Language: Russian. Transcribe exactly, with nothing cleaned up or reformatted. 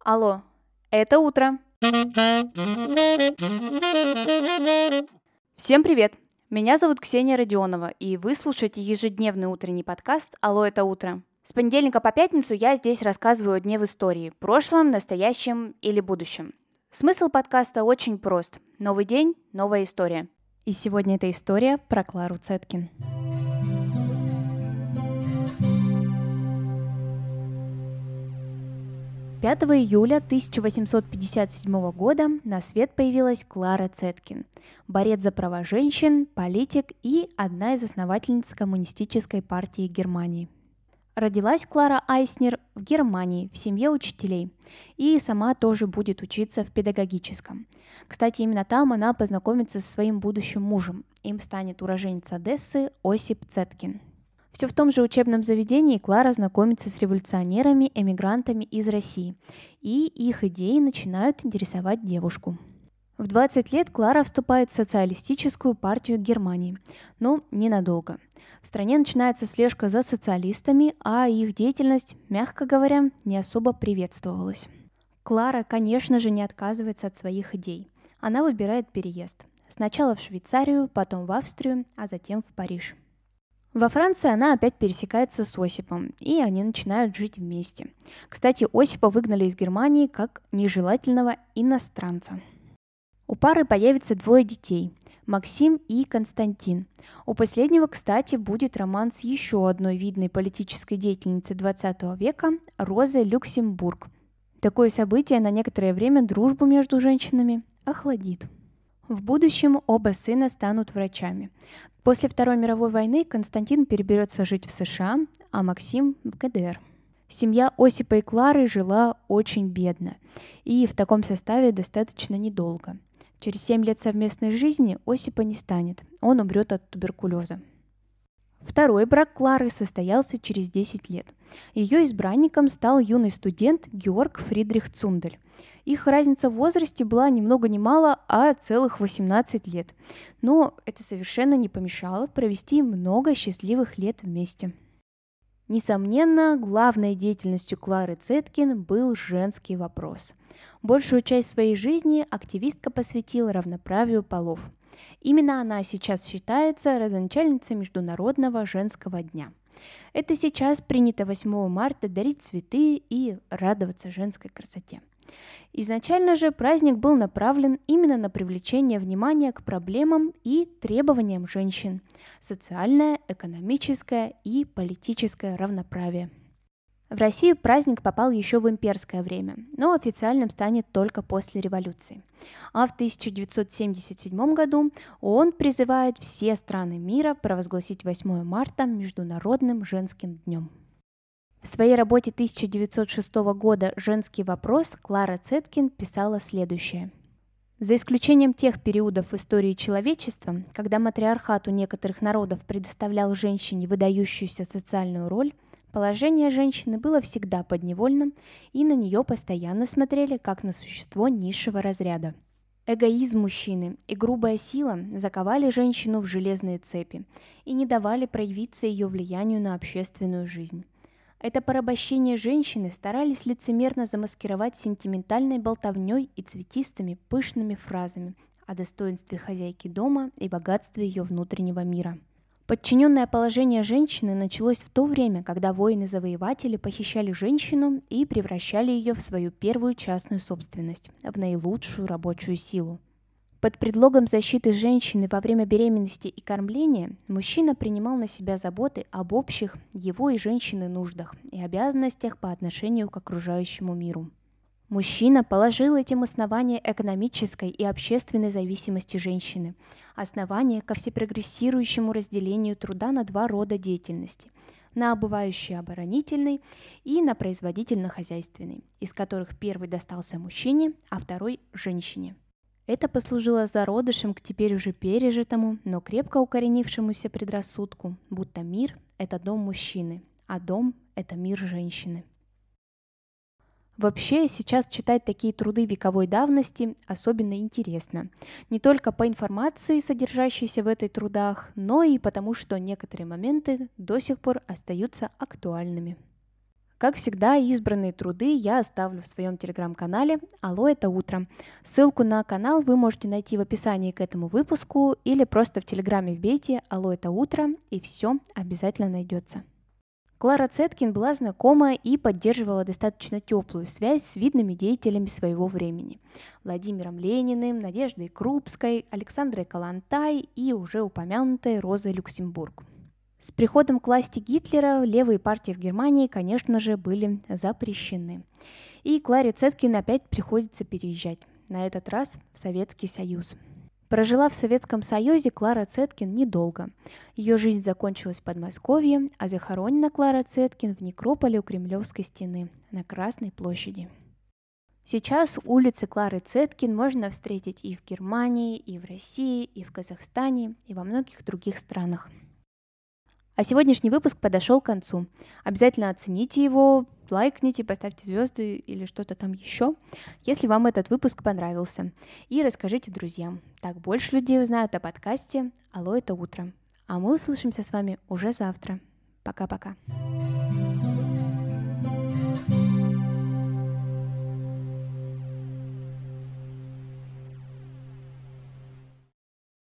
Алло, это утро. Всем привет! Меня зовут Ксения Родионова, и вы слушаете ежедневный утренний подкаст «Алло, это утро». С понедельника по пятницу я здесь рассказываю о дне в истории, прошлом, настоящем или будущем. Смысл подкаста очень прост. Новый день, новая история. И сегодня эта история про Клару Цеткин. пятого июля тысяча восемьсот пятьдесят седьмого года на свет появилась Клара Цеткин, борец за права женщин, политик и одна из основательниц Коммунистической партии Германии. Родилась Клара Айснер в Германии в семье учителей и сама тоже будет учиться в педагогическом. Кстати, именно там она познакомится со своим будущим мужем. Им станет уроженец Одессы Осип Цеткин. Все в том же учебном заведении Клара знакомится с революционерами, эмигрантами из России, и их идеи начинают интересовать девушку. В двадцать лет Клара вступает в социалистическую партию Германии, но ненадолго. В стране начинается слежка за социалистами, а их деятельность, мягко говоря, не особо приветствовалась. Клара, конечно же, не отказывается от своих идей. Она выбирает переезд. Сначала в Швейцарию, потом в Австрию, а затем в Париж. Во Франции она опять пересекается с Осипом, и они начинают жить вместе. Кстати, Осипа выгнали из Германии как нежелательного иностранца. У пары появится двое детей – Максим и Константин. У последнего, кстати, будет роман с еще одной видной политической деятельницей двадцатого века – Розой Люксембург. Такое событие на некоторое время дружбу между женщинами охладит. В будущем оба сына станут врачами. После Второй мировой войны Константин переберется жить в США, а Максим – в ка дэ эр. Семья Осипа и Клары жила очень бедно, и в таком составе достаточно недолго. Через семь лет совместной жизни Осипа не станет, он умрет от туберкулеза. Второй брак Клары состоялся через десять лет. Ее избранником стал юный студент Георг Фридрих Цундель. Их разница в возрасте была ни много ни мало, а целых восемнадцать лет. Но это совершенно не помешало провести много счастливых лет вместе. Несомненно, главной деятельностью Клары Цеткин был женский вопрос. Большую часть своей жизни активистка посвятила равноправию полов. Именно она сейчас считается родоначальницей Международного женского дня. Это сейчас принято восьмого марта дарить цветы и радоваться женской красоте. Изначально же праздник был направлен именно на привлечение внимания к проблемам и требованиям женщин – социальное, экономическое и политическое равноправие. В Россию праздник попал еще в имперское время, но официальным станет только после революции. А в тысяча девятьсот семьдесят седьмом году ООН призывает все страны мира провозгласить восьмого марта Международным женским днем. В своей работе тысяча девятьсот шестого года «Женский вопрос» Клара Цеткин писала следующее. За исключением тех периодов в истории человечества, когда матриархат у некоторых народов предоставлял женщине выдающуюся социальную роль, положение женщины было всегда подневольным, и на нее постоянно смотрели как на существо низшего разряда. Эгоизм мужчины и грубая сила заковали женщину в железные цепи и не давали проявиться ее влиянию на общественную жизнь. Это порабощение женщины старались лицемерно замаскировать сентиментальной болтовней и цветистыми пышными фразами о достоинстве хозяйки дома и богатстве ее внутреннего мира. Подчиненное положение женщины началось в то время, когда воины-завоеватели похищали женщину и превращали ее в свою первую частную собственность, в наилучшую рабочую силу. Под предлогом защиты женщины во время беременности и кормления мужчина принимал на себя заботы об общих его и женщины нуждах и обязанностях по отношению к окружающему миру. Мужчина положил этим основания экономической и общественной зависимости женщины, основания ко всепрогрессирующему разделению труда на два рода деятельности – на обывающий-оборонительный и на производительно-хозяйственный, из которых первый достался мужчине, а второй – женщине. Это послужило зародышем к теперь уже пережитому, но крепко укоренившемуся предрассудку, будто мир – это дом мужчины, а дом – это мир женщины. Вообще, сейчас читать такие труды вековой давности особенно интересно. Не только по информации, содержащейся в этих трудах, но и потому, что некоторые моменты до сих пор остаются актуальными. Как всегда, избранные труды я оставлю в своем телеграм-канале «Алло, это утро». Ссылку на канал вы можете найти в описании к этому выпуску или просто в телеграме вбейте «Алло, это утро» и все обязательно найдется. Клара Цеткин была знакома и поддерживала достаточно теплую связь с видными деятелями своего времени. Владимиром Лениным, Надеждой Крупской, Александрой Калантай и уже упомянутой Розой Люксембург. С приходом к власти Гитлера левые партии в Германии, конечно же, были запрещены. И Кларе Цеткин опять приходится переезжать, на этот раз в Советский Союз. Прожила в Советском Союзе Клара Цеткин недолго. Ее жизнь закончилась в Подмосковье, а захоронена Клара Цеткин в некрополе у Кремлевской стены на Красной площади. Сейчас улицы Клары Цеткин можно встретить и в Германии, и в России, и в Казахстане, и во многих других странах. А сегодняшний выпуск подошел к концу. Обязательно оцените его, лайкните, поставьте звезды или что-то там еще, если вам этот выпуск понравился. И расскажите друзьям. Так больше людей узнают о подкасте «Алло, это утро». А мы услышимся с вами уже завтра. Пока-пока.